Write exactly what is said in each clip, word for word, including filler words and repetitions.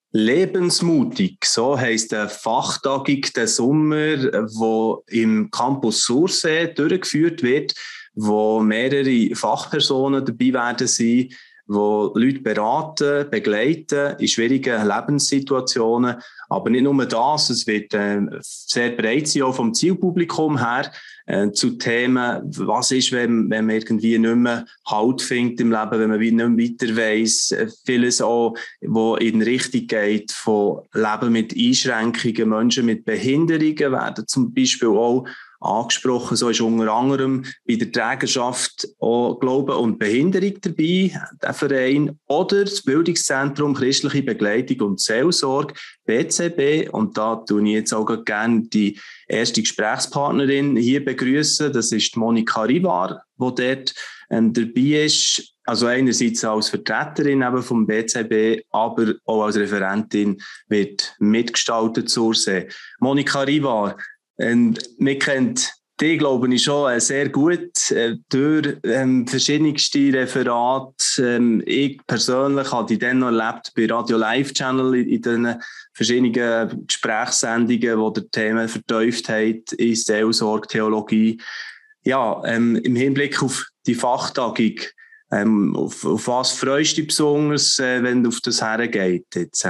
Lebensmutig, so heisst eine Fachtagung den Sommer, die im Campus Sursee durchgeführt wird, wo mehrere Fachpersonen dabei werden sein, wo Leute beraten, begleiten in schwierigen Lebenssituationen. Aber nicht nur das, es wird äh, sehr breit sein, auch vom Zielpublikum her, äh, zu Themen, was ist, wenn, wenn man irgendwie nicht mehr Halt findet im Leben, wenn man nicht mehr weiter weiss. Vieles auch, wo in Richtung geht von Leben mit Einschränkungen, Menschen mit Behinderungen werden zum Beispiel auch angesprochen. So ist unter anderem bei der Trägerschaft auch Glauben und Behinderung dabei, der Verein, oder das Bildungszentrum Christliche Begleitung und Seelsorge, B C B. Und da tue ich jetzt auch gerne die erste Gesprächspartnerin hier begrüßen. Das ist Monika Rivar, die dort ähm, dabei ist. Also einerseits als Vertreterin eben vom B C B, aber auch als Referentin wird mitgestaltet zur See. Monika Rivar, Ähm, wir kennen dich, glaube ich, schon äh, sehr gut äh, durch ähm, verschiedenste Referate. Ähm, ich persönlich habe dich dann noch erlebt bei Radio Live Channel in, in den verschiedenen Gesprächssendungen, wo der Themen vertieft hat in Seelsorge, Theologie. Ja, ähm, im Hinblick auf die Fachtagung, ähm, auf, auf was freust du dich besonders, äh, wenn du auf das hergeht jetzt?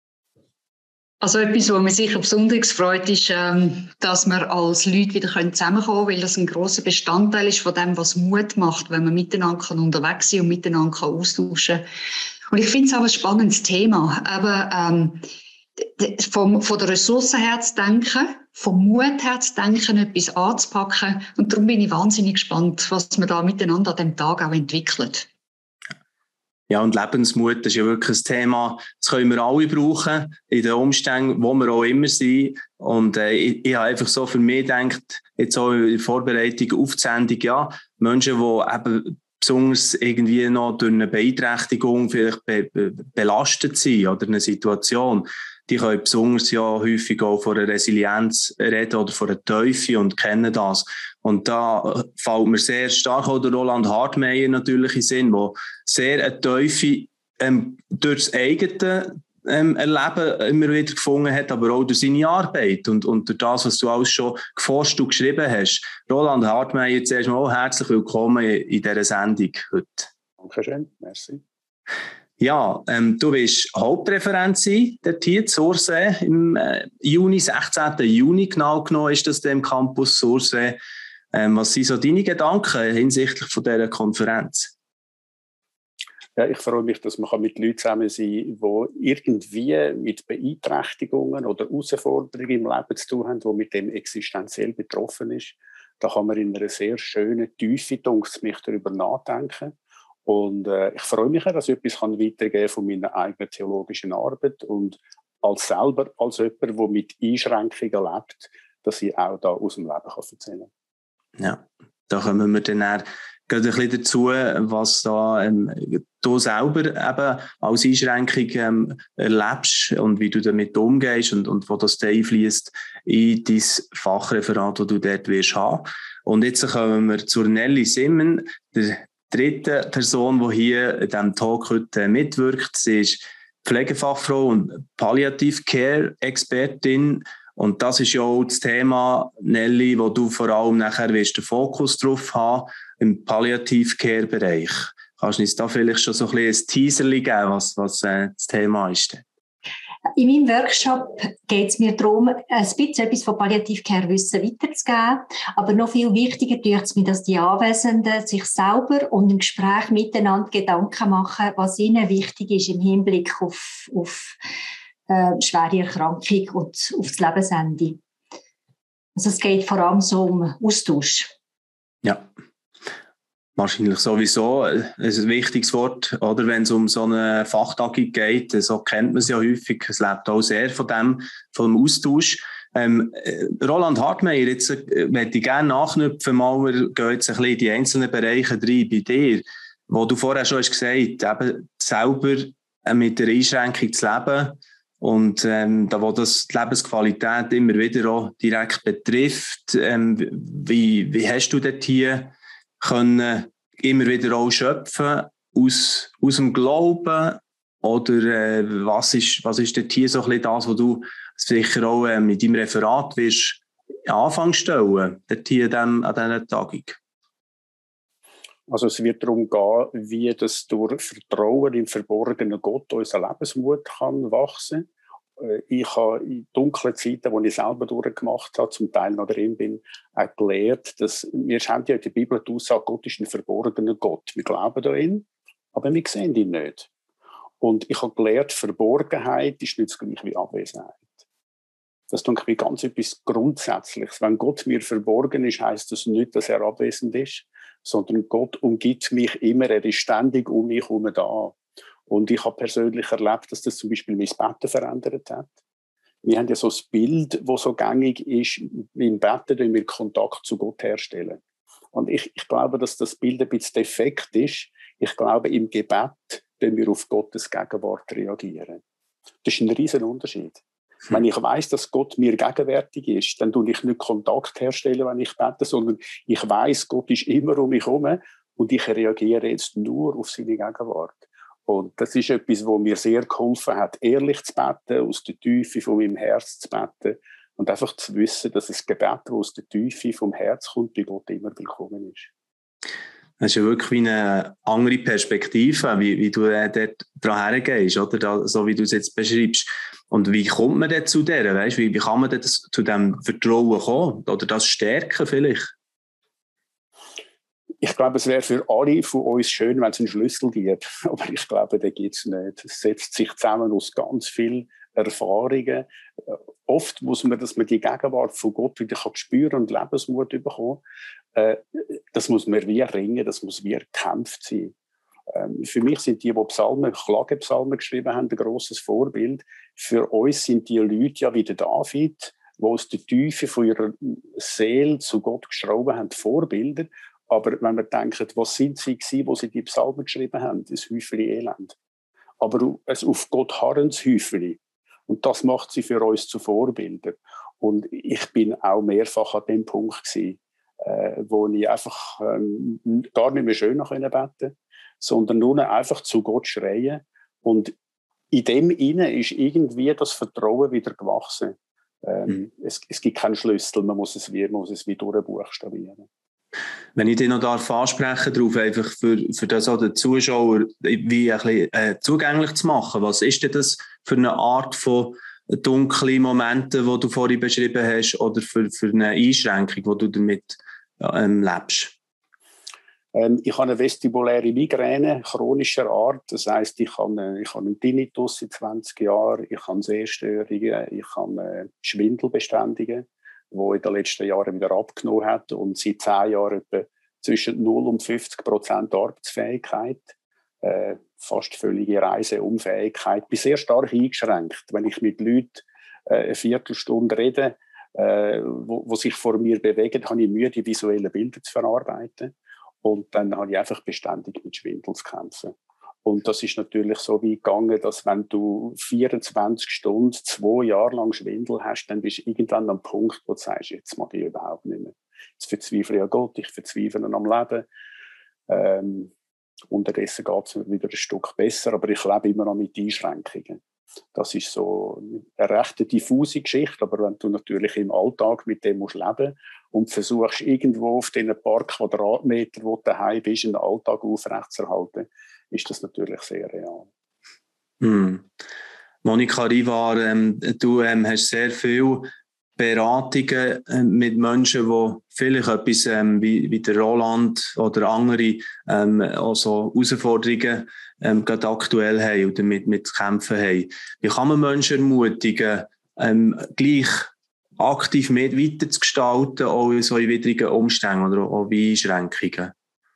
Also etwas, was mich sicher besonders freut, ist, ähm, dass wir als Leute wieder zusammenkommen können, weil das ein grosser Bestandteil ist von dem, was Mut macht, wenn man miteinander unterwegs sein und miteinander austauschen kann. Und ich finde es auch ein spannendes Thema. Aber ähm, vom, von der Ressourcen her zu denken, vom Mut her zu denken, etwas anzupacken. Und darum bin ich wahnsinnig gespannt, was wir da miteinander an diesem Tag auch entwickeln. Ja, und Lebensmut, das ist ja wirklich ein Thema, das können wir alle brauchen, in den Umständen, wo wir auch immer sind. Und äh, ich, ich habe einfach so für mich gedacht, jetzt auch in der Vorbereitung auf die Sendung, ja, Menschen, die eben besonders irgendwie noch durch eine Beeinträchtigung vielleicht be, be, belastet sind oder eine Situation, die können besonders ja häufig auch von einer Resilienz reden oder von einer Teufel und kennen das. Und da fällt mir sehr stark auch der Roland Hartmeier natürlich in den Sinn, der sehr eine Teufel ähm, durch das eigene ähm, Erleben immer wieder gefunden hat, aber auch durch seine Arbeit und, und durch das, was du alles schon geforscht und geschrieben hast. Roland Hartmeier, zuerst mal auch herzlich willkommen in, in dieser Sendung heute. Dankeschön, merci. Ja, ähm, du bist Hauptreferent der T I E Sursee im äh, Juni, sechzehnten Juni genau genommen ist das im Campus Sursee. Ähm, was sind so deine Gedanken hinsichtlich von dieser Konferenz? Ja, ich freue mich, dass man mit Leuten zusammen sein kann, die irgendwie mit Beeinträchtigungen oder Herausforderungen im Leben zu tun haben, die mit dem existenziell betroffen ist. Da kann man in einer sehr schönen Tiefe, denke ich, darüber nachdenken. Und äh, ich freue mich, dass ich etwas weitergeben kann von meiner eigenen theologischen Arbeit und als selber, als jemand, der mit Einschränkungen lebt, dass ich auch da aus dem Leben erzählen kann. Ja, da kommen wir dann ein bisschen dazu, was da ähm, du selber eben als Einschränkung ähm, erlebst und wie du damit umgehst und, und wo das dann einfließt in dein Fachreferat, das du dort wirst haben. Und jetzt kommen wir zur Nelly Simmen, der dritte Person, die hier in diesem Talk heute mitwirkt. Sie ist Pflegefachfrau und Palliative Care Expertin. Und das ist ja auch das Thema, Nelly, wo du vor allem nachher wirst den Fokus drauf haben, im Palliative Care Bereich. Kannst du uns da vielleicht schon so ein bisschen ein Teaserli geben, was, was äh, das Thema ist? In meinem Workshop geht es mir darum, ein bisschen etwas von Palliative Care Wissen weiterzugeben. Aber noch viel wichtiger tut es mir, dass die Anwesenden sich selber und im Gespräch miteinander Gedanken machen, was ihnen wichtig ist im Hinblick auf, auf äh, schwere Erkrankung und auf das Lebensende. Also es geht vor allem so um Austausch. Ja. Wahrscheinlich sowieso ein wichtiges Wort, oder? Wenn es um so eine Fachtagung geht, so kennt man es ja häufig. Es lebt auch sehr von dem, von dem Austausch. Ähm, Roland Hartmeier, jetzt äh, möchte ich gerne nachknüpfen, mal, wir gehen jetzt ein bisschen in die einzelnen Bereiche rein bei dir, wo du vorher schon hast gesagt, eben selber mit der Einschränkung zu leben und ähm, da, wo das die Lebensqualität immer wieder auch direkt betrifft. Ähm, wie, wie hast du dort hier können immer wieder auch schöpfen aus, aus dem Glauben Oder äh, was ist, was ist dort hier so ein bisschen das, was du sicher auch äh, mit deinem Referat wirst Anfang stellen, dort hier dann, an dieser Tagung? Also es wird darum gehen, wie das durch Vertrauen im verborgenen Gott unser Lebensmut kann wachsen. Ich habe in dunklen Zeiten, die ich selber durchgemacht habe, zum Teil noch drin bin, auch gelernt, dass wir haben ja in der Bibel die Aussage, Gott ist ein verborgener Gott. Wir glauben an ihn, aber wir sehen ihn nicht. Und ich habe gelernt, Verborgenheit ist nicht das gleiche wie Abwesenheit. Das ist irgendwie ganz etwas Grundsätzliches. Wenn Gott mir verborgen ist, heisst das nicht, dass er abwesend ist, sondern Gott umgibt mich immer, er ist ständig um mich herum da. Und ich habe persönlich erlebt, dass das zum Beispiel mein Betten verändert hat. Wir haben ja so ein Bild, das so gängig ist, im Betten, wenn wir Kontakt zu Gott herstellen. Und ich, ich glaube, dass das Bild ein bisschen defekt ist. Ich glaube, im Gebet, wenn wir auf Gottes Gegenwart reagieren. Das ist ein riesen Unterschied. Hm. Wenn ich weiss, dass Gott mir gegenwärtig ist, dann tue ich nicht Kontakt herstellen, wenn ich bete, sondern ich weiss, Gott ist immer um mich herum und ich reagiere jetzt nur auf seine Gegenwart. Und das ist etwas, was mir sehr geholfen hat, ehrlich zu beten, aus der Tiefe von meinem Herz zu beten und einfach zu wissen, dass ein Gebet, das aus der Tiefe vom Herz kommt, bei Gott immer willkommen ist. Das ist ja wirklich wie eine andere Perspektive, wie, wie du äh, dort dran hergehst, oder? Da, so wie du es jetzt beschreibst. Und wie kommt man denn zu der? Weißt, wie, wie kann man denn das, zu diesem Vertrauen kommen? Oder das stärken vielleicht? Ich glaube, es wäre für alle von uns schön, wenn es einen Schlüssel gibt. Aber ich glaube, den gibt es nicht. Es setzt sich zusammen aus ganz vielen Erfahrungen. Oft muss man, dass man die Gegenwart von Gott wieder spüren und Lebensmut bekommen. Das muss man wie ringen, das muss wie erkämpft sein. Für mich sind die, die Psalmen, Klagepsalmen geschrieben haben, ein grosses Vorbild. Für uns sind die Leute ja wie der David, die aus der Tiefe von ihrer Seele zu Gott geschrauben haben, Vorbilder. Aber wenn wir denken, was sind sie gewesen, wo sie die Psalmen geschrieben haben? Das Häufchen Elend. Aber es auf Gott harrendes Häufchen. Und das macht sie für uns zu Vorbildern. Und ich bin auch mehrfach an dem Punkt gewesen, äh, wo ich einfach ähm, gar nicht mehr schön beten konnte, sondern nur einfach zu Gott schreien. Und in dem Innen ist irgendwie das Vertrauen wieder gewachsen. Ähm, mhm. es, es gibt keinen Schlüssel, man muss es wie, muss es wie durchbuchstabieren. Wenn ich dich noch darf ansprechen darauf, einfach für, für das auch den Zuschauer wie ein bisschen, äh, zugänglich zu machen. Was ist denn das für eine Art von dunklen Momenten, die du vorhin beschrieben hast, oder für, für eine Einschränkung, die du damit ähm, lebst? Ähm, ich habe eine vestibuläre Migräne chronischer Art. Das heisst, ich habe, ich habe einen Tinnitus seit zwanzig Jahren, ich habe Sehstörungen, ich habe Schwindelbeständige, die in den letzten Jahren wieder abgenommen hat und seit zehn Jahren etwa zwischen null und fünfzig Prozent Arbeitsfähigkeit, äh, fast völlige Reiseunfähigkeit. Ich bin sehr stark eingeschränkt. Wenn ich mit Leuten äh, eine Viertelstunde rede, äh, wo, wo sich vor mir bewegen, habe ich Mühe, die visuellen Bilder zu verarbeiten. Und dann habe ich einfach beständig mit Schwindel zu kämpfen. Und das ist natürlich so wie gegangen, dass wenn du vierundzwanzig Stunden, zwei Jahre lang Schwindel hast, dann bist du irgendwann am Punkt, wo du sagst, jetzt mag ich überhaupt nicht mehr. Jetzt verzweifle ich an Gott, ich verzweifle am Leben. Ähm, unterdessen geht es mir wieder ein Stück besser, aber ich lebe immer noch mit Einschränkungen. Das ist so eine recht diffuse Geschichte, aber wenn du natürlich im Alltag mit dem musst leben und versuchst, irgendwo auf diesen paar Quadratmetern, wo du daheim bist, einen Alltag aufrechtzuerhalten, ist das natürlich sehr real. Hm. Monika Rivar, ähm, du ähm, hast sehr viele Beratungen äh, mit Menschen, die vielleicht etwas ähm, wie, wie der Roland oder andere ähm, also Herausforderungen ähm, gerade aktuell haben oder mit, mit zu kämpfen haben. Wie kann man Menschen ermutigen, ähm, gleich aktiv mit weiterzugestalten, auch in so widrigen Umständen oder auch bei Einschränkungen?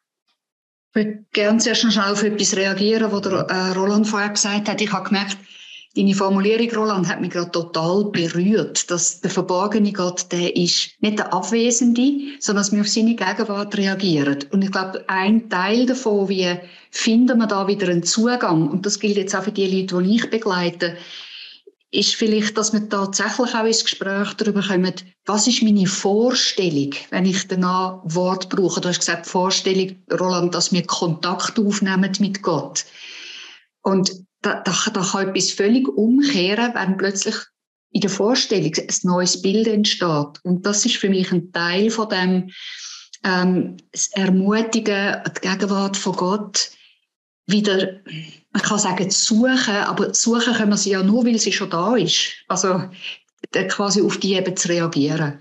Ich würde gerne zuerst noch schnell auf etwas reagieren, was der äh, Roland vorher gesagt hat. Ich habe gemerkt, deine Formulierung, Roland, hat mich gerade total berührt, dass der verborgene Gott, der ist nicht der Abwesende, sondern dass wir auf seine Gegenwart reagieren. Und ich glaube, ein Teil davon, wie finden wir da wieder einen Zugang, und das gilt jetzt auch für die Leute, die ich begleite, ist vielleicht, dass wir tatsächlich auch ins Gespräch darüber kommen, was ist meine Vorstellung, wenn ich danach Wort brauche. Du hast gesagt, Vorstellung, Roland, dass wir Kontakt aufnehmen mit Gott. Und da, da, da kann etwas völlig umkehren, wenn plötzlich in der Vorstellung ein neues Bild entsteht. Und das ist für mich ein Teil von dem ähm, das Ermutigen, die Gegenwart von Gott wieder, man kann sagen, zu suchen, aber suchen können wir sie ja nur, weil sie schon da ist. Also quasi auf die eben zu reagieren.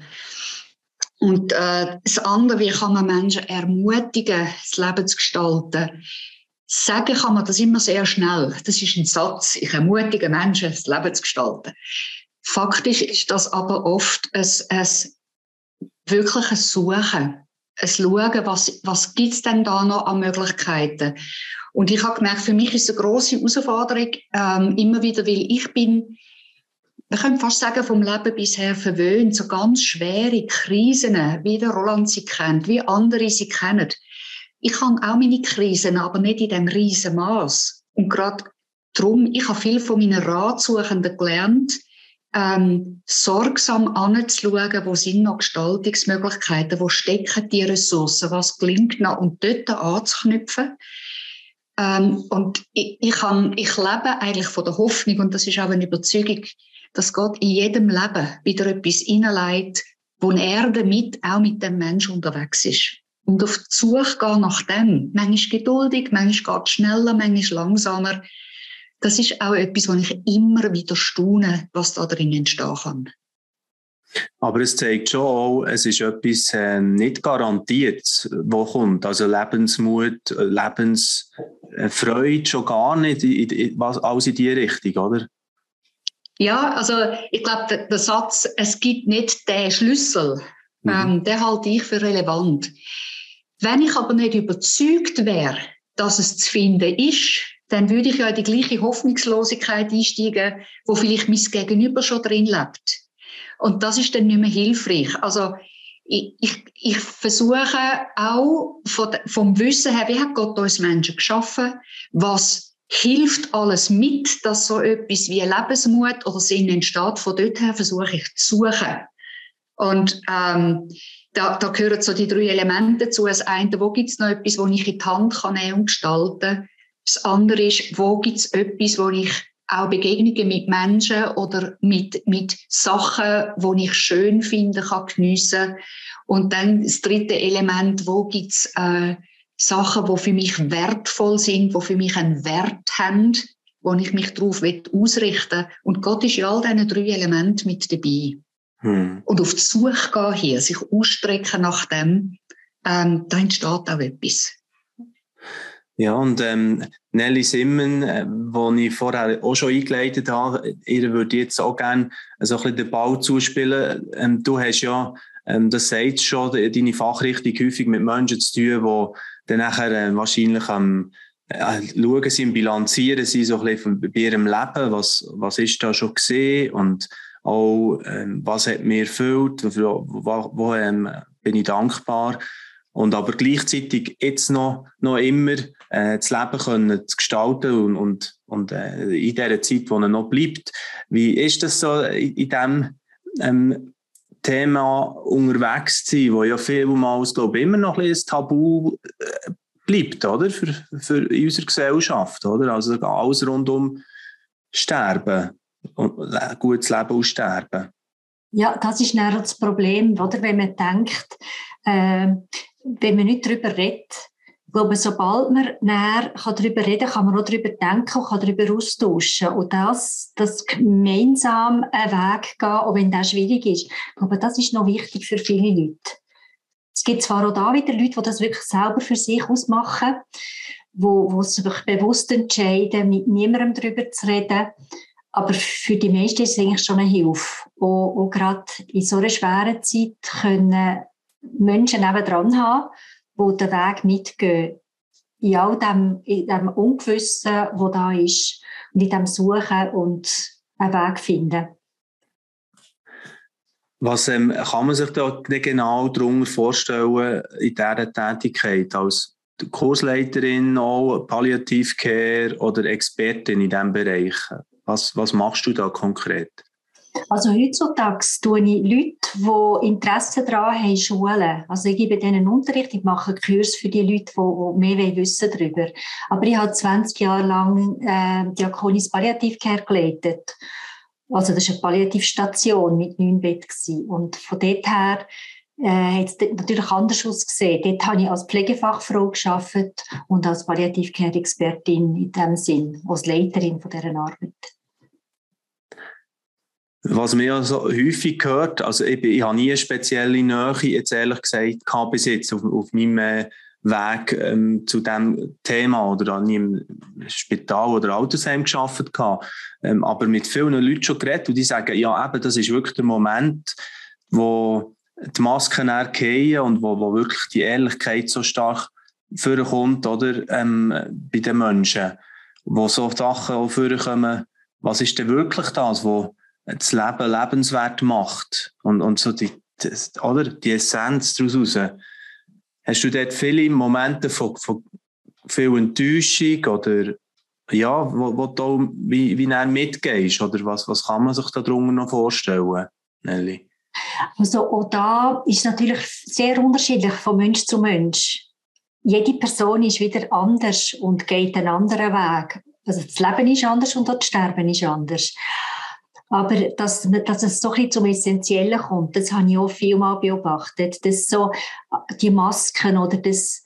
Und äh, das andere, wie kann man Menschen ermutigen, das Leben zu gestalten? Sagen kann man das immer sehr schnell. Das ist ein Satz, ich ermutige Menschen, das Leben zu gestalten. Faktisch ist das aber oft ein, ein wirkliches Suchen. Ein Schauen, was, was gibt es denn da noch an Möglichkeiten? Und ich habe gemerkt, für mich ist es eine grosse Herausforderung, ähm, immer wieder, weil ich bin, man könnte fast sagen, vom Leben bisher verwöhnt, so ganz schwere Krisen, wie der Roland sie kennt, wie andere sie kennen. Ich habe auch meine Krisen, aber nicht in diesem riesen Maß. Und gerade darum, ich habe viel von meinen Ratsuchenden gelernt, ähm, sorgsam anzuschauen, wo sind noch Gestaltungsmöglichkeiten, wo stecken die Ressourcen, was gelingt noch, und dort anzuknüpfen. Ähm, und ich, ich, kann, ich lebe eigentlich von der Hoffnung, und das ist auch eine Überzeugung, dass Gott in jedem Leben wieder etwas hineinlegt, wo er damit auch mit dem Menschen unterwegs ist. Und auf die Suche gehen nach dem. Manchmal geduldig, manchmal geht es schneller, manchmal langsamer. Das ist auch etwas, wo ich immer wieder staune, was da drin entstehen kann. Aber es zeigt schon auch, es ist etwas äh, nicht garantiert, was kommt. Also Lebensmut, Lebensfreude schon gar nicht, in, in, was, alles in die Richtung, oder? Ja, also ich glaube, der, der Satz, es gibt nicht den Schlüssel, mhm. ähm, den halte ich für relevant. Wenn ich aber nicht überzeugt wäre, dass es zu finden ist, dann würde ich ja in die gleiche Hoffnungslosigkeit einsteigen, wo vielleicht mein Gegenüber schon drin lebt. Und das ist dann nicht mehr hilfreich. Also ich, ich, ich versuche auch von, vom Wissen her, wie hat Gott uns Menschen geschaffen, was hilft alles mit, dass so etwas wie Lebensmut oder Sinn entsteht. Von dort her versuche ich zu suchen. Und ähm, da, da gehören so die drei Elemente dazu. Das eine, wo gibt es noch etwas, das ich in die Hand kann nehmen und gestalten? Das andere ist, wo gibt es etwas, wo ich auch Begegnungen mit Menschen oder mit, mit Sachen, die ich schön finde, kann geniessen. Und dann das dritte Element, wo gibt es äh, Sachen, die für mich wertvoll sind, die für mich einen Wert haben, wo ich mich darauf ausrichten will. Und Gott ist in all diesen drei Elementen mit dabei. Hm. Und auf die Suche gehen hier, sich ausstrecken nach dem, ähm, da entsteht auch etwas. Ja, und ähm, Nelly Simmen, äh, die ich vorher auch schon eingeleitet habe, ihr würde jetzt auch gerne so ein bisschen den Ball zuspielen. Ähm, du hast ja, ähm, das sagt schon, deine Fachrichtung häufig mit Menschen zu tun, die dann nachher äh, wahrscheinlich am äh, schauen sie, bilanzieren sie so ein bisschen bei ihrem Leben, was, was ist da schon gesehen und auch, ähm, was hat mir erfüllt, wo, wo, wo ähm, bin ich dankbar. Und aber gleichzeitig jetzt noch, noch immer äh, das Leben können zu gestalten und, und, und äh, in dieser Zeit, wo er noch bleibt. Wie ist das so in, in diesem ähm, Thema unterwegs zu sein, wo ja vielmals, glaube ich, immer noch ein bisschen ein Tabu äh, bleibt, oder? Für, für in unserer Gesellschaft, oder? Also alles rund um Sterben und gutes Leben und Sterben. Ja, das ist dann das Problem, oder? Wenn man denkt, äh, wenn man nicht darüber redet. Ich glaube, sobald man näher darüber reden kann, kann man auch darüber denken und kann darüber austauschen. Und das, das gemeinsam einen Weg gehen, auch wenn das schwierig ist. Ich glaube, das ist noch wichtig für viele Leute. Es gibt zwar auch da wieder Leute, die das wirklich selber für sich ausmachen, wo, wo sich wirklich bewusst entscheiden, mit niemandem darüber zu reden. Aber für die meisten ist es eigentlich schon eine Hilfe. Und, und gerade in so einer schweren Zeit können Menschen nebendran haben, die den Weg mitgehen. In all dem, in dem Ungewissen, das da ist. Und in dem Suchen und einen Weg finden. Was ähm, kann man sich da genau darunter vorstellen in dieser Tätigkeit? Als Kursleiterin, auch Palliative Care oder Expertin in diesem Bereich? Was, was machst du da konkret? Also heutzutage tue ich Leute, die Interesse daran haben, schulen. Also ich gebe denen Unterricht, ich mache einen Kurs für die Leute, die, die mehr wissen darüber. Aber ich habe zwanzig Jahre lang äh, Diakonis Palliativcare geleitet. Also das war eine Palliativstation mit neun Betten. Und von dort her äh, hat es natürlich anders ausgesehen. Dort habe ich als Pflegefachfrau gearbeitet und als Palliativcare-Expertin in diesem Sinn, als Leiterin von dieser Arbeit. Was mir ja so häufig gehört, also ich, ich habe nie eine spezielle Nähe, jetzt ehrlich gesagt, gehabt bis jetzt auf, auf meinem äh, Weg ähm, zu diesem Thema oder an im Spital oder Altersheim gearbeitet gehabt. Ähm, aber mit vielen Leuten schon geredet und die sagen, ja eben, das ist wirklich der Moment, wo die Masken fallen und wo, wo wirklich die Ehrlichkeit so stark vorkommt, oder, ähm, bei den Menschen, wo so Sachen auch vorkommen, was ist denn wirklich das, wo das Leben lebenswert macht und, und so die, das, oder, die Essenz daraus raus. Hast du dort viele Momente von, von viel Enttäuschung oder ja, wo, wo du wie, wie näher mitgehst oder was, was kann man sich darunter noch vorstellen, Nelly? Also auch da ist natürlich sehr unterschiedlich von Mensch zu Mensch. Jede Person ist wieder anders und geht einen anderen Weg. Also das Leben ist anders und das Sterben ist anders. Aber dass, dass es so ein bisschen zum Essentiellen kommt, das habe ich auch viel mal beobachtet. Dass so die Masken oder das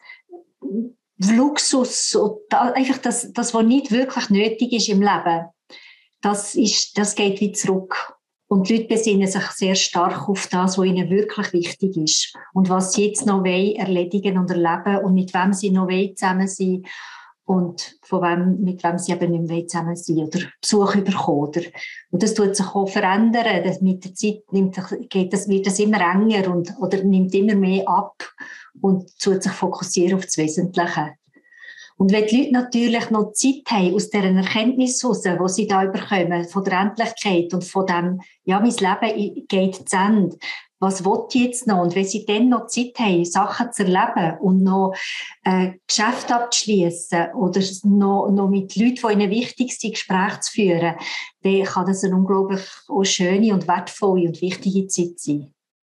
Luxus, einfach das, das, was nicht wirklich nötig ist im Leben, das, ist, das geht wieder zurück. Und die Leute besinnen sich sehr stark auf das, was ihnen wirklich wichtig ist. Und was sie jetzt noch wollen, erledigen und erleben und mit wem sie noch wollen zusammen sein und von wem, mit wem sie eben nicht mehr zusammen sein oder Besuch bekommen. Oder, und das tut sich auch verändern. Das mit der Zeit nimmt, geht das, wird das immer enger und, oder nimmt immer mehr ab und tut sich fokussieren auf das Wesentliche. Und wenn die Leute natürlich noch Zeit haben, aus dieser Erkenntnis heraus, die sie da bekommen, von der Endlichkeit und von dem, ja, mein Leben geht zu Ende, was will ich jetzt noch? Und wenn sie dann noch Zeit haben, Sachen zu erleben und noch äh, Geschäfte abzuschließen oder noch, noch mit Leuten, die ihnen wichtig sind, Gespräche zu führen, dann kann das eine unglaublich auch schöne und wertvolle und wichtige Zeit sein.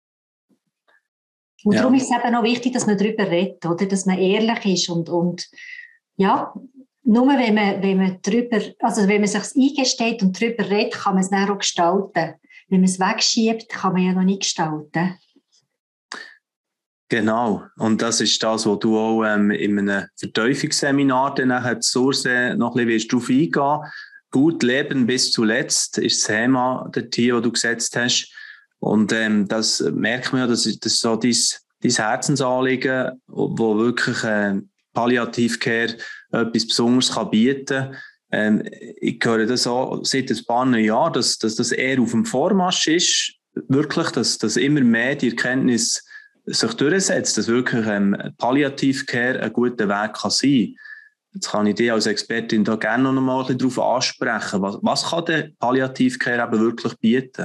Und ja. Darum ist es eben auch wichtig, dass man darüber redet, oder? Dass man ehrlich ist und, und ja, nur wenn man, wenn man drüber, also wenn man sich eingesteht und darüber redet, kann man es dann auch gestalten. Wenn man es wegschiebt, kann man ja noch nicht gestalten. Genau. Und das ist das, was du auch ähm, in einem Vertiefungsseminar dann nachher zu Sursee noch ein bisschen darauf eingehen willst. Gut leben bis zuletzt ist das Thema der Tier, das du gesetzt hast. Und ähm, das merkt man ja, das ist, das ist so dein, dein Herzensanliegen, wo wirklich äh, Palliativcare etwas Besonderes kann bieten kann. Ähm, ich höre das auch seit ein paar Jahren, dass, dass das eher auf dem Vormarsch ist, wirklich, dass, dass immer mehr die Erkenntnis sich durchsetzt, dass wirklich ähm, Palliativcare ein guter Weg kann sein. Jetzt kann ich dich als Expertin da gerne noch mal ein bisschen darauf ansprechen. Was, was kann der Palliativcare eben wirklich bieten?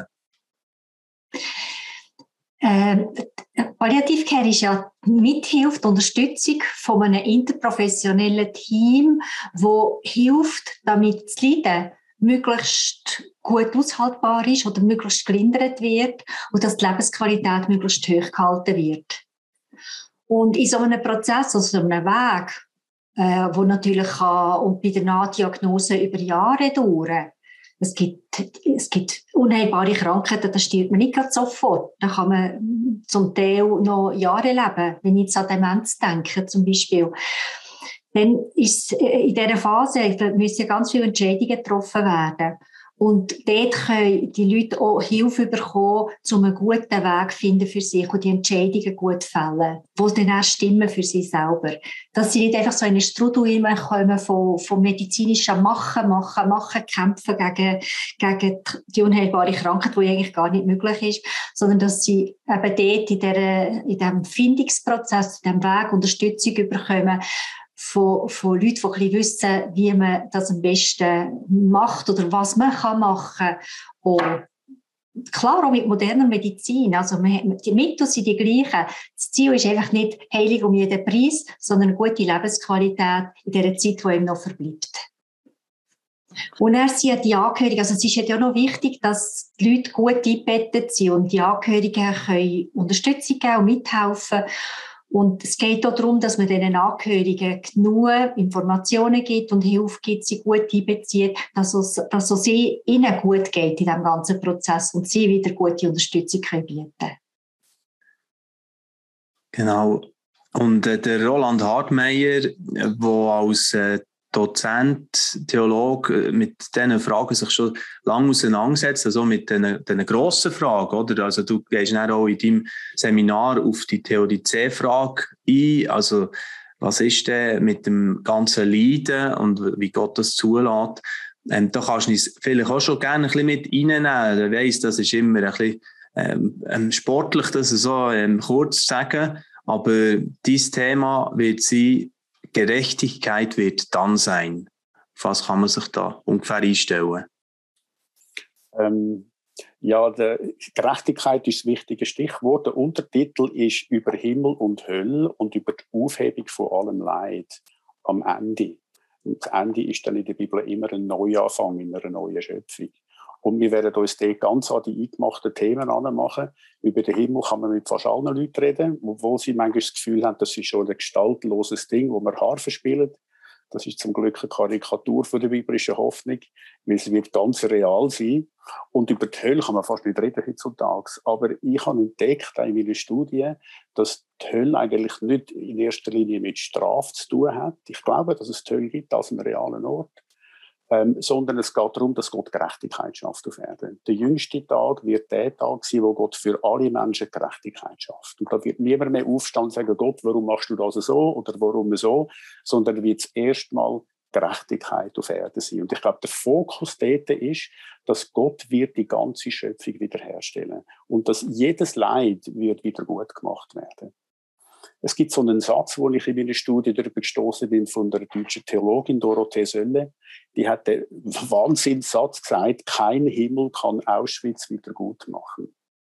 Ähm, Palliativcare ist ja Mithilfe, die Unterstützung von einem interprofessionellen Team, das hilft, damit das Leiden möglichst gut aushaltbar ist oder möglichst gelindert wird und dass die Lebensqualität möglichst hoch gehalten wird. Und in so einem Prozess, also so einem Weg, äh, wo natürlich kann, und bei der Nahdiagnose über Jahre dauern, Es gibt, es gibt unheilbare Krankheiten, da stirbt man nicht gerade sofort. Da kann man zum Teil noch Jahre leben, wenn ich jetzt an Demenz denke zum Beispiel. Dann ist in dieser Phase müssen ganz viele Entscheidungen getroffen werden. Und dort können die Leute auch Hilfe bekommen, um einen guten Weg zu finden für sich und die Entscheidungen gut zu fällen, die dann auch stimmen für sie selber. Dass sie nicht einfach so in eine Strudel kommen von, von medizinischen Machen, Machen, Machen, Kämpfen gegen, gegen die unheilbare Krankheit, die eigentlich gar nicht möglich ist, sondern dass sie eben dort in, der, in diesem Findungsprozess, in diesem Weg Unterstützung bekommen, Von, von Leuten, die ein bisschen wissen, wie man das am besten macht oder was man kann machen kann. Klar, auch mit moderner Medizin. Also man, die Mittel sind die gleichen. Das Ziel ist einfach nicht heilig um jeden Preis, sondern eine gute Lebensqualität in der Zeit, die ihm noch verbleibt. Und er sind die Angehörigen, also es ist ja noch wichtig, dass die Leute gut eingebettet sind und die Angehörigen können Unterstützung geben und mithelfen. Und es geht auch darum, dass man diesen Angehörigen genug Informationen gibt und Hilfe gibt, sie gut einbezieht, dass es, dass es ihnen gut geht in diesem ganzen Prozess und sie wieder gute Unterstützung können bieten. Genau. Und äh, der Roland Hartmeier, der als äh, Dozent, Theologe mit diesen Fragen sich schon lange auseinandersetzt, also mit diesen, diesen grossen Fragen, oder? Also du gehst dann auch in deinem Seminar auf die Theodizee-Frage ein, also was ist denn mit dem ganzen Leiden und wie Gott das zulässt? Ähm, da kannst du uns vielleicht auch schon gerne ein bisschen mit reinnehmen. Ich weiss, das ist immer ein bisschen ähm, sportlich, das so ähm, kurz zu sagen, aber dieses Thema wird sein, Gerechtigkeit wird dann sein. Auf was kann man sich da ungefähr einstellen? Ähm, ja, die Gerechtigkeit ist das wichtige Stichwort. Der Untertitel ist über Himmel und Hölle und über die Aufhebung von allem Leid am Ende. Und das Ende ist dann in der Bibel immer ein Neuanfang in einer neuen Schöpfung. Und wir werden uns dort ganz an die eingemachten Themen anmachen. Über den Himmel kann man mit fast allen Leuten reden, obwohl sie manchmal das Gefühl haben, das ist schon ein gestaltloses Ding, wo man Harfe spielt. Das ist zum Glück eine Karikatur von der biblischen Hoffnung, weil sie wird ganz real sein. Und über die Hölle kann man fast nicht reden heutzutage. Aber ich habe entdeckt in meiner Studie, dass die Hölle eigentlich nicht in erster Linie mit Strafe zu tun hat. Ich glaube, dass es die Hölle gibt als einen realen Ort. Ähm, sondern es geht darum, dass Gott Gerechtigkeit schafft auf Erden. Der jüngste Tag wird der Tag sein, wo Gott für alle Menschen Gerechtigkeit schafft. Und da wird niemand mehr aufstehen und sagen, Gott, warum machst du das so oder warum so, sondern wird es erstmal Gerechtigkeit auf Erden sein. Und ich glaube, der Fokus dort ist, dass Gott wird die ganze Schöpfung wiederherstellen und dass jedes Leid wird wieder gut gemacht werden. Es gibt so einen Satz, wo ich in meiner Studie darüber gestoßen bin, von der deutschen Theologin Dorothee Sölle. Die hat den Wahnsinnssatz gesagt, kein Himmel kann Auschwitz wieder gut machen.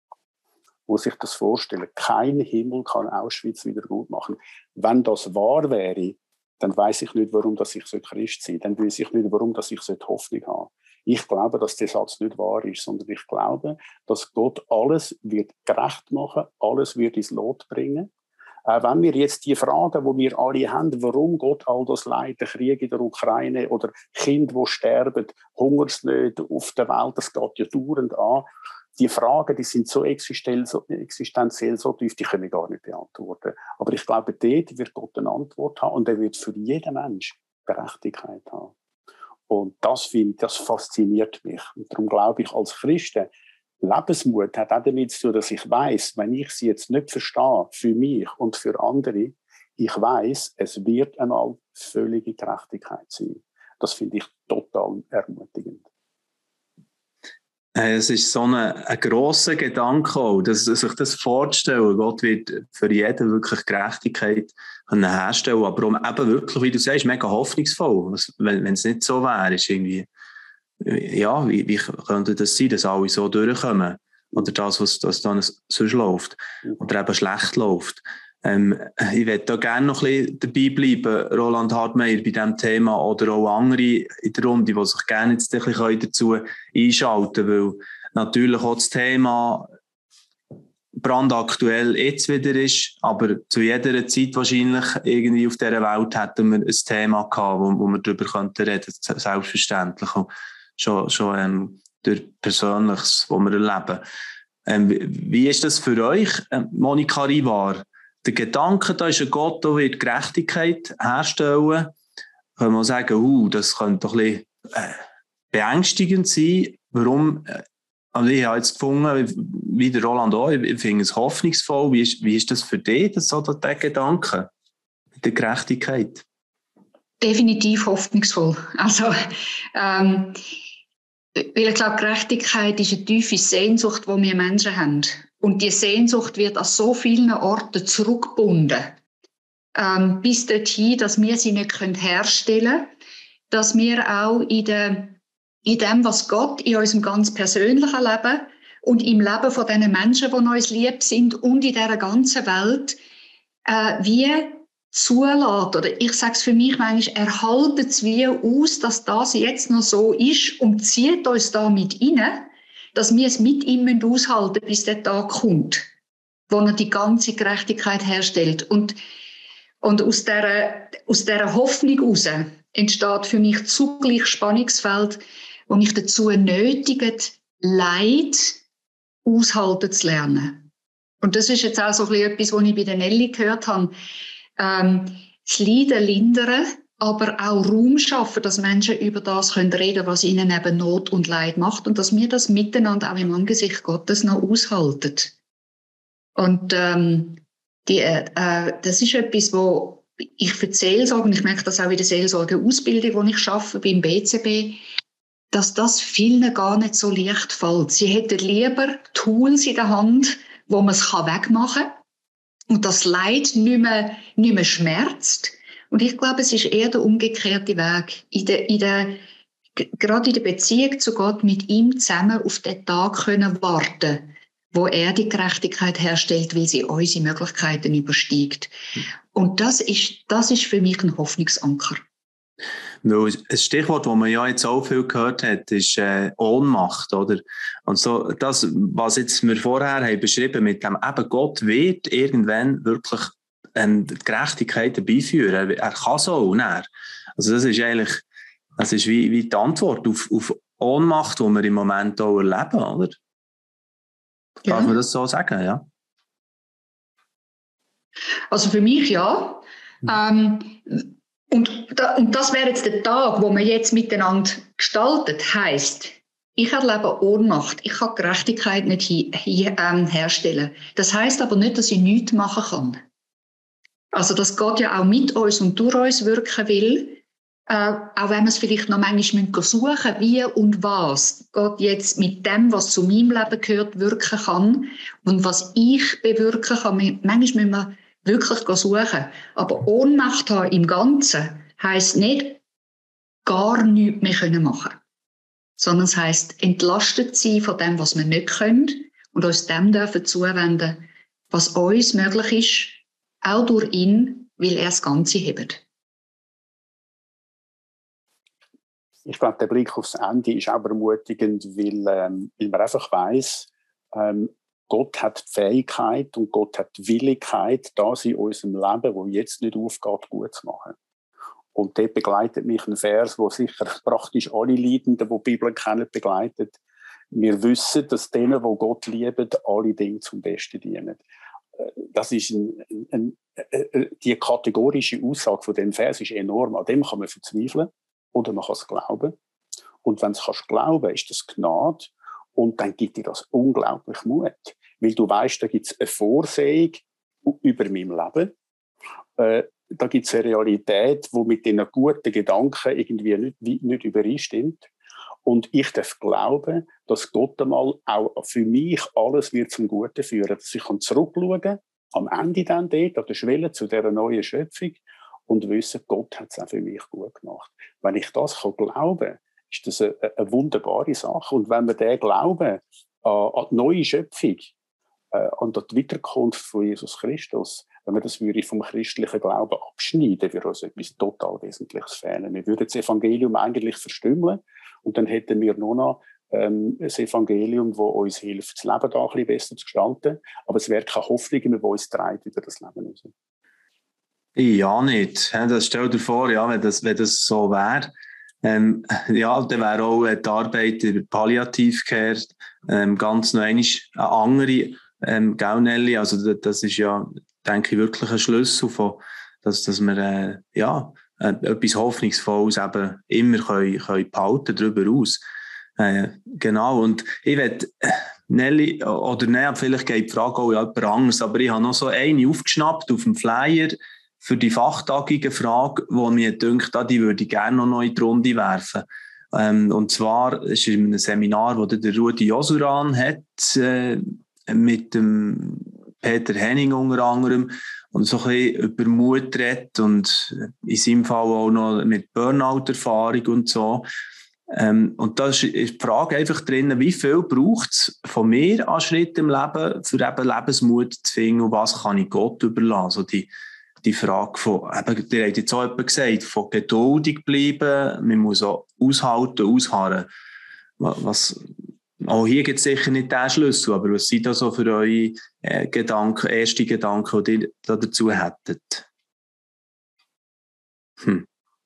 Muss sich das vorstellen. Kein Himmel kann Auschwitz wieder gut machen. Wenn das wahr wäre, dann weiss ich nicht, warum dass ich Christ sein soll. Dann weiss ich nicht, warum dass ich Hoffnung haben. Ich glaube, dass der Satz nicht wahr ist, sondern ich glaube, dass Gott alles wird gerecht machen, alles wird ins Lot bringen. Äh, wenn wir jetzt die Fragen, die wir alle haben, warum Gott all das Leid, der Krieg in der Ukraine oder Kinder, die sterben, Hungersnöte auf der Welt, das geht ja dauernd an. Die Fragen, die sind so existenziell, so, existenziell so tief, die können wir gar nicht beantworten. Aber ich glaube, dort wird Gott eine Antwort haben und er wird für jeden Mensch Gerechtigkeit haben. Und das, finde, das fasziniert mich. Und darum glaube ich, als Christen, Lebensmut hat auch damit zu tun, dass ich weiss, wenn ich sie jetzt nicht verstehe, für mich und für andere, ich weiss, es wird einmal völlige Gerechtigkeit sein. Das finde ich total ermutigend. Es ist so ein, ein grosser Gedanke auch, dass sich das vorzustellen, Gott wird für jeden wirklich Gerechtigkeit herstellen, aber um eben wirklich, wie du sagst, mega hoffnungsvoll. Wenn, wenn es nicht so wäre, ist irgendwie, ja, wie, wie könnte das sein, dass alle so durchkommen? Oder das, was, was dann sonst läuft. Oder eben schlecht läuft. Ähm, ich würde da gerne noch ein bisschen dabei bleiben, Roland Hartmeier, bei diesem Thema oder auch andere in der Runde, die sich gerne jetzt ein bisschen dazu einschalten können, weil natürlich auch das Thema brandaktuell jetzt wieder ist, aber zu jeder Zeit wahrscheinlich irgendwie auf dieser Welt hätten wir ein Thema gehabt, wo, wo wir darüber reden könnten, selbstverständlich. Und schon, schon ähm, durch Persönliches, was wir erleben. Ähm, wie, wie ist das für euch, ähm, Monika Rivar? Der Gedanke, da ist ein Gott, der wird Gerechtigkeit herstellen. Können wir sagen, uh, das könnte doch ein bisschen äh, beängstigend sein. Warum? Äh, also ich habe jetzt gefunden, wie der Roland auch, ich finde es hoffnungsvoll. Wie ist, wie ist das für dich, das, so, der Gedanke mit der Gerechtigkeit? Definitiv hoffnungsvoll. Also, ähm, weil ich glaube, Gerechtigkeit ist eine tiefe Sehnsucht, die wir Menschen haben. Und die Sehnsucht wird an so vielen Orten zurückgebunden, ähm, bis dorthin, dass wir sie nicht herstellen können, dass wir auch in, der, in dem, was Gott in unserem ganz persönlichen Leben und im Leben von den Menschen, die uns lieb sind und in dieser ganzen Welt, äh, wie zulässt, oder ich sage es für mich manchmal, er haltet es wie aus, dass das jetzt noch so ist und zieht uns da mit rein, dass wir es mit ihm aushalten müssen, bis der Tag kommt, wo er die ganze Gerechtigkeit herstellt. Und, und aus dieser, aus dieser Hoffnung heraus entsteht für mich zugleich Spannungsfeld, wo mich dazu nötigt, Leid aushalten zu lernen. Und das ist jetzt auch so ein bisschen etwas, was ich bei der Nelly gehört habe. Ähm, das Leiden lindern, aber auch Raum schaffen, dass Menschen über das können reden, was ihnen eben Not und Leid macht und dass wir das miteinander auch im Angesicht Gottes noch aushalten. Und ähm, die, äh, das ist etwas, wo ich für die Seelsorge, und ich merke das auch in der Seelsorge-Ausbildung, die ich arbeite beim B C B, dass das vielen gar nicht so leicht fällt. Sie hätten lieber Tools in der Hand, wo man es wegmachen kann und das Leid nicht mehr, nicht mehr schmerzt. Und ich glaube, es ist eher der umgekehrte Weg. In der, in der, gerade in der Beziehung zu Gott mit ihm zusammen auf den Tag können warten, wo er die Gerechtigkeit herstellt, weil sie unsere Möglichkeiten übersteigt. Und das ist, das ist für mich ein Hoffnungsanker. Weil ein Stichwort, das man ja jetzt auch viel gehört hat, ist äh, Ohnmacht, oder? Und so das, was jetzt wir vorher haben beschrieben, mit dem eben Gott wird irgendwann wirklich ähm, die Gerechtigkeit herbeiführen. Er, er kann so, er. Also das ist eigentlich, das ist wie, wie die Antwort auf, auf Ohnmacht, die wir im Moment auch erleben, oder? Ja. Darf man das so sagen, ja? Also für mich ja. Ähm, Und, da, und das wäre jetzt der Tag, wo man jetzt miteinander gestaltet, heisst, ich erlebe Ohnmacht, ich kann Gerechtigkeit nicht hi, hi, ähm, herstellen. Das heisst aber nicht, dass ich nichts machen kann. Also, dass Gott ja auch mit uns und durch uns wirken will, äh, auch wenn wir es vielleicht noch manchmal suchen müssen, wie und was Gott jetzt mit dem, was zu meinem Leben gehört, wirken kann und was ich bewirken kann. Manchmal müssen wir wirklich suchen. Aber Ohnmacht haben im Ganzen heisst nicht, gar nichts mehr können machen. Sondern es heisst, entlastet sein von dem, was wir nicht können und uns dem dürfen zuwenden, was uns möglich ist, auch durch ihn, weil er das Ganze hebt. Ich glaube, der Blick aufs Ende ist auch ermutigend, weil, ähm, weil man einfach weiss, ähm, Gott hat die Fähigkeit und Gott hat die Willigkeit, das in unserem Leben, wo jetzt nicht aufgeht, gut zu machen. Und dort begleitet mich ein Vers, wo sicher praktisch alle Leidenden, die die Bibel kennen, begleitet. Wir wissen, dass denen, die Gott lieben, alle Dinge zum Besten dienen. Das ist ein, ein, ein, die kategorische Aussage von dem Vers ist enorm. An dem kann man verzweifeln oder man kann es glauben. Und wenn du es glauben kannst, ist das Gnade. Und dann gibt dir das unglaublich Mut. Weil du weißt, da gibt es eine Vorsehung über mein Leben. Äh, da gibt es eine Realität, die mit diesen guten Gedanken irgendwie nicht, nicht übereinstimmt. Und ich darf glauben, dass Gott einmal auch für mich alles wird zum Guten führen. Dass ich zurückschauen kann, am Ende dann dort, an der Schwelle zu dieser neuen Schöpfung und wissen, Gott hat es auch für mich gut gemacht. Wenn ich das kann glauben, ist das eine, eine wunderbare Sache. Und wenn wir den glauben an, an die neue Schöpfung, äh, an die Wiederkunft von Jesus Christus, wenn wir das würde vom christlichen Glauben abschneiden, würde uns etwas total Wesentliches fehlen. Wir würden das Evangelium eigentlich verstümmeln und dann hätten wir nur noch ähm, das Evangelium, das uns hilft, das Leben da ein bisschen besser zu gestalten. Aber es wäre keine Hoffnung mehr, die uns treibt über das Leben raus. Ja, nicht. Das stell dir vor, ja, wenn das, wenn das so wäre. Ähm, ja, dann wäre auch die Arbeit über Palliativcare ähm, ganz noch einmal eine andere, ähm, gell, Nelly? Also das ist ja, denke ich, wirklich ein Schlüssel von, dass, dass wir äh, ja, äh, etwas Hoffnungsvolles eben immer können, können behalten, darüber aus. Äh, genau, und ich möchte, Nelly, oder nein, vielleicht geht die Frage auch jemand anderes, aber ich habe noch so eine aufgeschnappt auf dem Flyer für die fachtagige Frage, die mir denkt, die würde ich gerne noch neu in die Runde werfen. Ähm, und zwar ist es in einem Seminar, das der Rudi Josuran hat, äh, mit dem Peter Henning unter anderem, und so ein bisschen über Mut redet und in seinem Fall auch noch mit Burnout-Erfahrung und so. Ähm, und da ist die Frage einfach drin, wie viel braucht es von mir an Schritt im Leben, für eben Lebensmut zu finden und was kann ich Gott überlassen? Also die die Frage von, eben, ihr habt jetzt auch jemand gesagt, von geduldig bleiben, man muss auch aushalten, ausharren. Was, auch hier gibt es sicher nicht den Schlüssel, aber was sind da so für eure äh, Gedanken, erste Gedanken, die ihr da dazu hättet? Hm.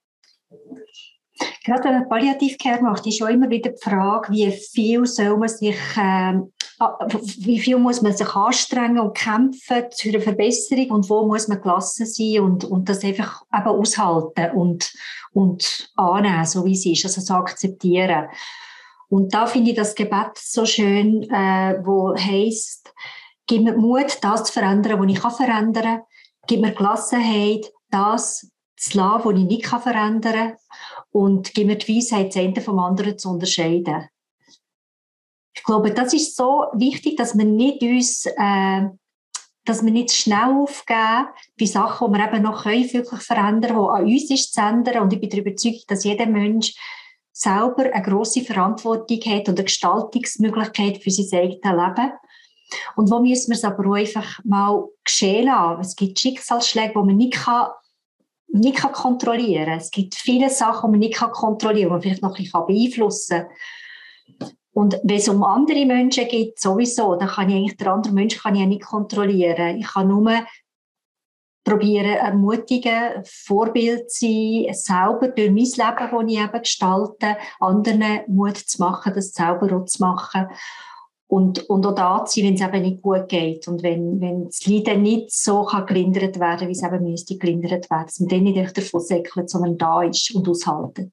Gerade wenn man Palliativcare macht, ist schon immer wieder die Frage, wie viel soll man sich, äh, wie viel muss man sich anstrengen und kämpfen für eine Verbesserung und wo muss man gelassen sein und, und das einfach eben aushalten und, und annehmen, so wie es ist, also so akzeptieren. Und da finde ich das Gebet so schön, äh, wo heisst, gib mir Mut, das zu verändern, was ich verändern kann. Gib mir Gelassenheit, das zu lassen, was ich nicht verändern kann. Und gib mir die Weisheit, das eine vom anderen zu unterscheiden. Ich glaube, das ist so wichtig, dass wir nicht uns, äh, dass wir nicht schnell aufgeben bei Sachen, die wir eben noch können, wirklich verändern können, die an uns ist zu ändern. Und ich bin der Überzeugung, dass jeder Mensch selber eine grosse Verantwortung hat und eine Gestaltungsmöglichkeit für sein eigenes Leben. Und wo müssen wir es aber auch einfach mal geschehen lassen? Es gibt Schicksalsschläge, die man nicht, kann, nicht kann kontrollieren kann. Es gibt viele Sachen, die man nicht kann kontrollieren kann, die man vielleicht noch ein bisschen beeinflussen kann. Und wenn es um andere Menschen geht, sowieso, dann kann ich eigentlich den anderen Menschen kann ich ja nicht kontrollieren. Ich kann nur probieren, ermutigen, Vorbild zu sein, selber durch mein Leben, das ich eben gestalte, anderen Mut zu machen, das selber auch zu machen. Und, und auch da zu sein, wenn es eben nicht gut geht. Und wenn, wenn das Leiden nicht so kann gelindert werden, wie es eben müsste gelindert werden, dass man dann nicht davon säckelt, sondern da ist und aushaltet.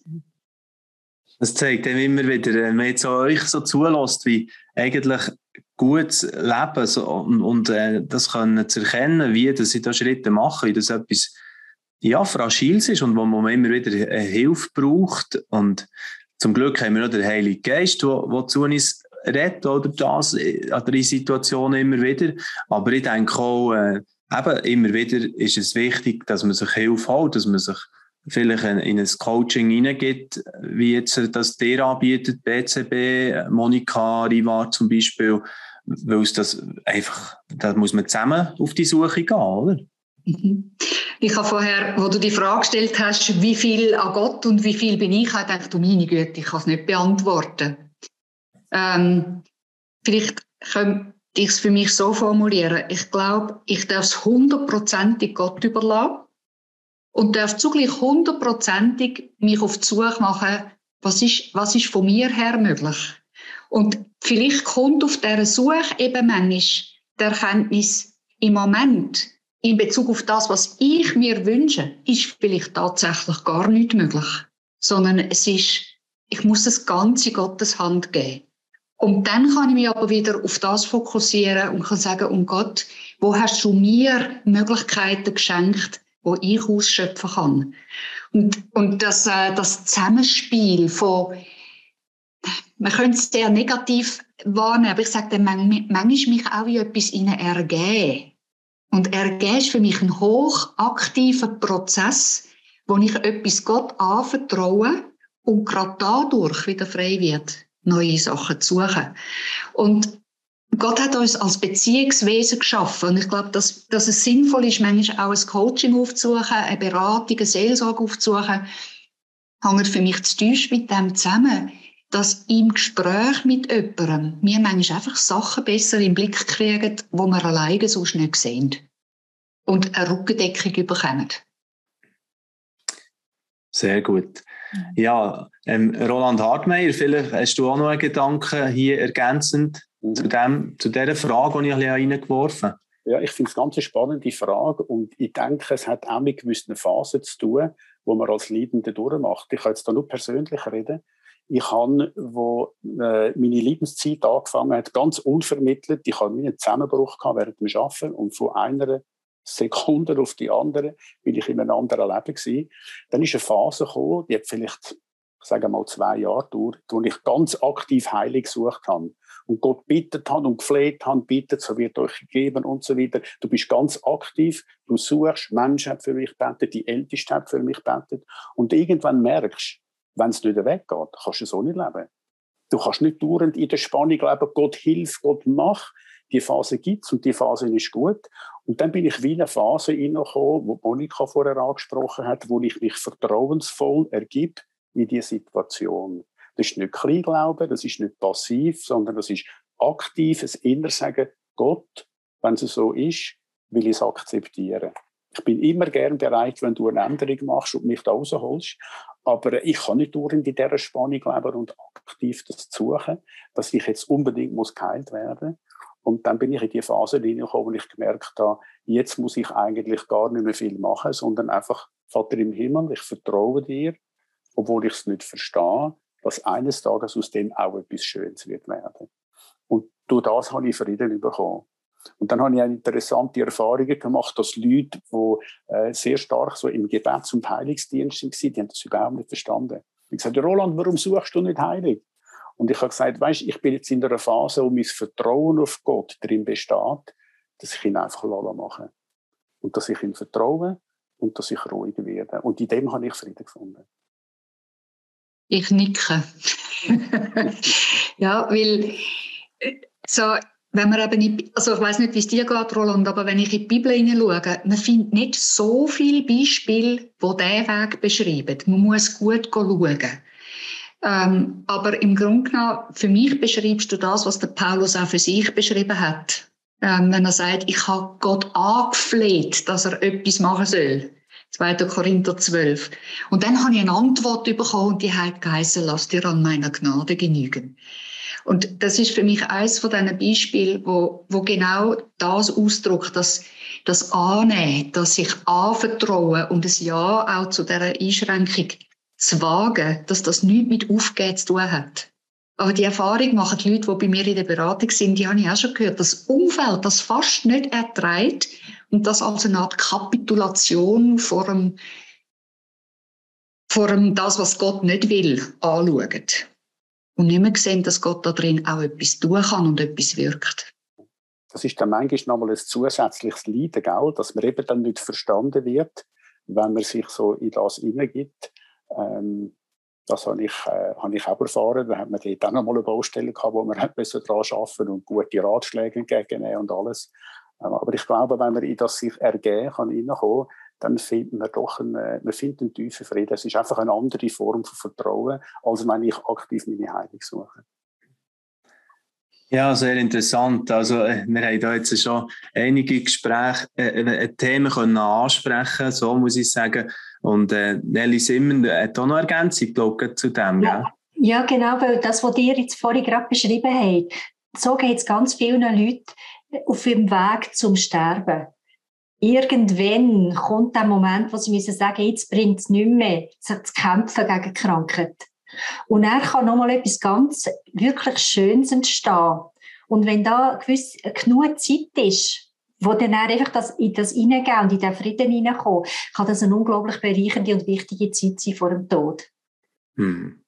Das zeigt eben immer wieder, wenn man jetzt euch so zulässt, wie eigentlich gutes Leben so, und, und äh, das können zu erkennen, wie dass ich da Schritte mache, wie das etwas ja, Fragiles ist und wo man immer wieder äh, Hilfe braucht. Und zum Glück haben wir noch den Heiligen Geist, der zu uns redet, oder das an der Situation immer wieder. Aber ich denke auch, äh, eben, immer wieder ist es wichtig, dass man sich Hilfe holt, dass man sich vielleicht in ein Coaching hineingeht, wie jetzt das dir anbietet, B C B, Monika Rivar zum Beispiel, weil es das einfach, da muss man zusammen auf die Suche gehen, oder? Ich habe vorher, wo du die Frage gestellt hast, wie viel an Gott und wie viel bin ich, habe ich gedacht, du meine Güte, ich kann es nicht beantworten. Ähm, vielleicht könnte ich es für mich so formulieren. Ich glaube, ich darf es hundertprozentig Gott überlassen und darf zugleich hundertprozentig mich auf die Suche machen, was ist, was ist von mir her möglich. Und vielleicht kommt auf dieser Suche eben manchmal die Erkenntnis, im Moment, in Bezug auf das, was ich mir wünsche, ist vielleicht tatsächlich gar nicht möglich. Sondern es ist, ich muss das Ganze in Gottes Hand geben. Und dann kann ich mich aber wieder auf das fokussieren und kann sagen, um Gott, wo hast du mir Möglichkeiten geschenkt, wo ich ausschöpfen kann. Und, und das, äh, das Zusammenspiel von, man könnte es sehr negativ wahrnehmen, aber ich sage dann, manchmal mich auch wie etwas in ergeben. Und ergeben ist für mich ein hochaktiver Prozess, wo ich etwas Gott anvertraue und gerade dadurch wieder frei wird, neue Sachen zu suchen. Und Gott hat uns als Beziehungswesen geschaffen. Und ich glaube, dass, dass es sinnvoll ist, manchmal auch ein Coaching aufzusuchen, eine Beratung, eine Seelsorge aufzusuchen, hängt für mich zu tief mit dem zusammen, dass im Gespräch mit jemandem wir manchmal einfach Sachen besser im Blick kriegen, die wir alleine sonst nicht sehen. Und eine Rückendeckung bekommen. Sehr gut. Ja, ähm, Roland Hartmeier, vielleicht hast du auch noch einen Gedanken hier ergänzend mhm. zu, dem, zu dieser Frage, die ich ein bisschen reingeworfen habe. Ja, ich finde es ganz eine spannende Frage und ich denke, es hat auch mit gewissen Phasen zu tun, wo man als Leidende durchmacht. Ich kann jetzt da nur persönlich reden. Ich habe, wo äh, meine Lebenszeit angefangen hat, ganz unvermittelt, ich hatte einen Zusammenbruch gehabt während dem Arbeiten und von einer Sekunde auf die andere bin ich in einem anderen Leben gewesen. Dann ist eine Phase gekommen, die hat vielleicht, ich sage mal, zwei Jahre gedauert, wo ich ganz aktiv Heilung gesucht habe. Und Gott bittet habe und gefleht habe, bittet, so wird euch gegeben und so weiter. Du bist ganz aktiv, du suchst, Menschen haben für mich gebetet, die Ältesten haben für mich gebetet. Und irgendwann merkst, wenn es nicht weggeht, kannst du so nicht leben. Du kannst nicht dauernd in der Spannung leben, Gott hilf, Gott mach. die Phase gibt es und die Phase ist gut. Und dann bin ich wie in eine Phase hineingekommen, die Monika vorher angesprochen hat, wo ich mich vertrauensvoll ergib in diese Situation. Das ist nicht Kleinglauben, das ist nicht passiv, sondern das ist aktives Innersagen, Gott, wenn es so ist, will ich es akzeptieren. Ich bin immer gern bereit, wenn du eine Änderung machst und mich da rausholst. Aber ich kann nicht dauernd in dieser Spannung leben und aktiv das suchen, dass ich jetzt unbedingt muss geheilt werden. Und dann bin ich in die Phase hineingekommen, wo ich gemerkt habe, jetzt muss ich eigentlich gar nicht mehr viel machen, sondern einfach, Vater im Himmel, ich vertraue dir, obwohl ich es nicht verstehe, dass eines Tages aus dem auch etwas Schönes wird werden. Und durch das habe ich Frieden bekommen. Und dann habe ich eine interessante Erfahrung gemacht, dass Leute, die äh, sehr stark so im Gebets- und Heilungsdienst waren, die haben das überhaupt nicht verstanden. Ich habe gesagt, Roland, warum suchst du nicht Heilung? Und ich habe gesagt, weisst, ich bin jetzt in einer Phase, wo mein Vertrauen auf Gott darin besteht, dass ich ihn einfach machen lasse. Und dass ich ihn vertraue und dass ich ruhig werde. Und in dem habe ich Frieden gefunden. Ich nicke. Ja, weil so, wenn man eben nicht, also ich weiss nicht, wie es dir geht, Roland, aber wenn ich in die Bibel hineinschaue, man findet nicht so viele Beispiele, die diesen Weg beschreiben. Man muss gut schauen. Ähm, aber im Grunde genommen, für mich beschreibst du das, was der Paulus auch für sich beschrieben hat. Ähm, wenn er sagt, ich habe Gott angefleht, dass er etwas machen soll. zweiter Korinther zwölf. Und dann habe ich eine Antwort bekommen und die hat geheißen, lass dir an meiner Gnade genügen. Und das ist für mich eines von diesen Beispielen, wo, wo genau das ausdrückt, dass das Annehmen, das sich anvertrauen und ein Ja auch zu dieser Einschränkung zu wagen, dass das nichts mit Aufgeben zu tun hat. Aber die Erfahrung machen die Leute, die bei mir in der Beratung sind, die habe ich auch schon gehört, das Umfeld, das fast nicht erträgt und das als eine Art Kapitulation vor dem, vor dem das, was Gott nicht will, anschauen. Und nicht mehr sehen, dass Gott da drin auch etwas tun kann und etwas wirkt. Das ist dann manchmal nochmal ein zusätzliches Leiden, gell? Dass man eben dann nicht verstanden wird, wenn man sich so in das hineingibt. Ähm, das habe ich, äh, habe ich auch erfahren. Da hat man dort auch nochmal eine Baustelle gehabt, wo man daran arbeiten und gute Ratschläge entgegennehmen und alles. Ähm, aber ich glaube, wenn man in das sich ergeben kann, hineinkommen, dann findet man doch einen, man findet einen tiefen Frieden. Es ist einfach eine andere Form von Vertrauen, als wenn ich aktiv meine Heilung suche. Ja, sehr interessant. Also, wir haben da jetzt schon einige Gespräche, äh, Themen können ansprechen, so muss ich sagen. Und äh, Nelly Simmen hat auch noch Ergänzung, glaube ich, zu dem. Ja, ja, genau, weil das, was ihr jetzt vorhin gerade beschrieben habt, so geht es ganz vielen Leuten auf ihrem Weg zum Sterben. Irgendwann kommt der Moment, wo sie müssen sagen, jetzt bringt es nicht mehr, sich zu kämpfen gegen die Krankheit. Und er kann nochmal etwas ganz wirklich Schönes entstehen. Und wenn da gewiss, genug Zeit ist, wo dann einfach das, in das hineingehen und in den Frieden hineinkommen, kann das eine unglaublich bereichernde und wichtige Zeit sein vor dem Tod. Hm.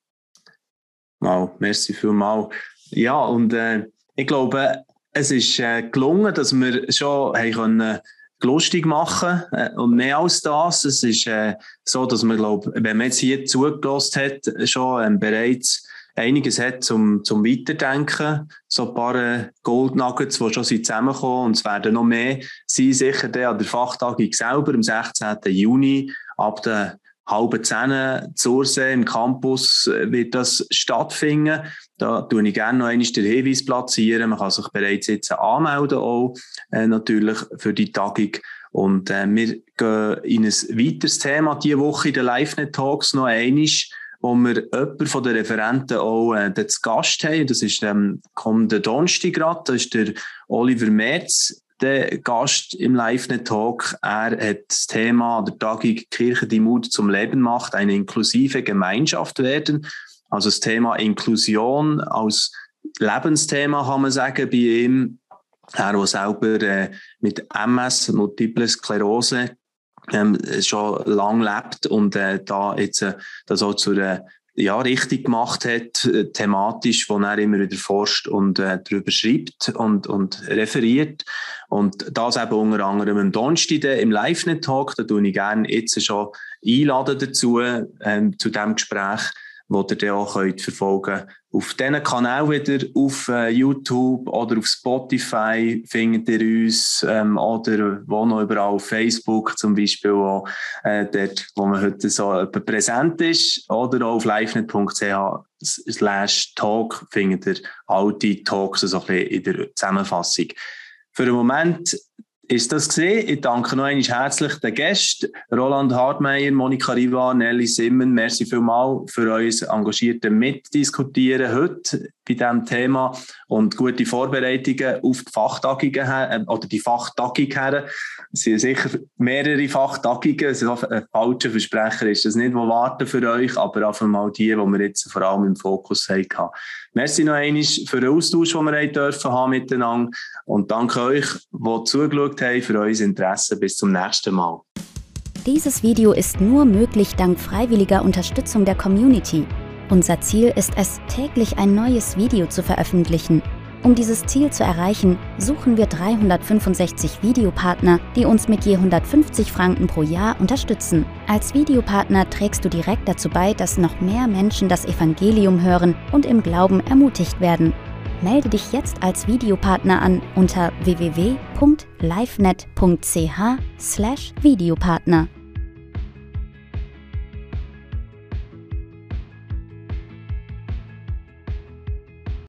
Wow, merci vielmals. Ja, und äh, ich glaube, es ist äh, gelungen, dass wir schon haben können, lustig machen äh, und mehr als das. Es ist äh, so, dass man, glaube, wenn man jetzt hier zugelassen hat, schon ähm, bereits einiges hat zum, zum Weiterdenken. So ein paar äh, Gold Nuggets, die schon zusammenkommen. Und es werden noch mehr sein, sicher dann an der Fachtagung selber am sechzehnten Juni ab der halben zehn Zursee im Campus wird das stattfinden. Da tue ich gerne noch einmal den Hinweis platzieren. Man kann sich bereits jetzt anmelden, auch, äh, natürlich für die Tagung. Und äh, wir gehen in ein weiteres Thema diese Woche in den LiveNet-Talks noch einmal, wo wir jemanden von den Referenten auch äh, zu Gast haben. Das ist ähm, kommende Donnerstag gerade. Das ist der Oliver Merz, der Gast im LiveNet-Talk. Er hat das Thema der Tagung Kirche, die Mut zum Leben macht, eine inklusive Gemeinschaft werden. Also das Thema Inklusion als Lebensthema, kann man sagen, bei ihm. Er, der selber äh, mit M S, Multiple Sklerose, ähm, schon lange lebt und äh, da jetzt äh, das auch zu einer ja, richtig gemacht hat, äh, thematisch, wo er immer wieder forscht und äh, darüber schreibt und, und referiert. Und das eben unter anderem am Donnerstag im LiveNet-Talk, da tue ich gerne jetzt schon einladen dazu, ähm, zu diesem Gespräch, wo ihr dann auch könnt verfolgen könnt, Auf diesen Kanälen wieder, auf äh, YouTube oder auf Spotify findet ihr uns, ähm, oder wo noch überall auf Facebook zum Beispiel, wo, äh, dort, wo man heute so präsent ist, oder auch auf livenet punkt c h slash talk findet ihr alte Talks so ein bisschen in der Zusammenfassung. Für den Moment ist das gesehen. Ich danke noch einmal herzlich den Gästen, Roland Hartmeier, Monika Riva, Nelly Simmen. Merci vielmals für euer engagiertes Mitdiskutieren heute bei diesem Thema und gute Vorbereitungen auf die Fachtagungen äh, oder die Fachtagung her. Es sind sicher mehrere Fachtagungen. Also ein falscher Versprecher ist das nicht, die warten für euch, aber einfach mal die, die wir jetzt vor allem im Fokus hatten. Merci noch einmal für den Austausch, den wir haben dürfen haben miteinander. Und danke euch, die zugeschaut haben, für euer Interesse. Bis zum nächsten Mal. Dieses Video ist nur möglich dank freiwilliger Unterstützung der Community. Unser Ziel ist es, täglich ein neues Video zu veröffentlichen. Um dieses Ziel zu erreichen, suchen wir dreihundertfünfundsechzig Videopartner, die uns mit je hundertfünfzig Franken pro Jahr unterstützen. Als Videopartner trägst du direkt dazu bei, dass noch mehr Menschen das Evangelium hören und im Glauben ermutigt werden. Melde dich jetzt als Videopartner an unter w w w punkt livenet punkt c h slash Videopartner.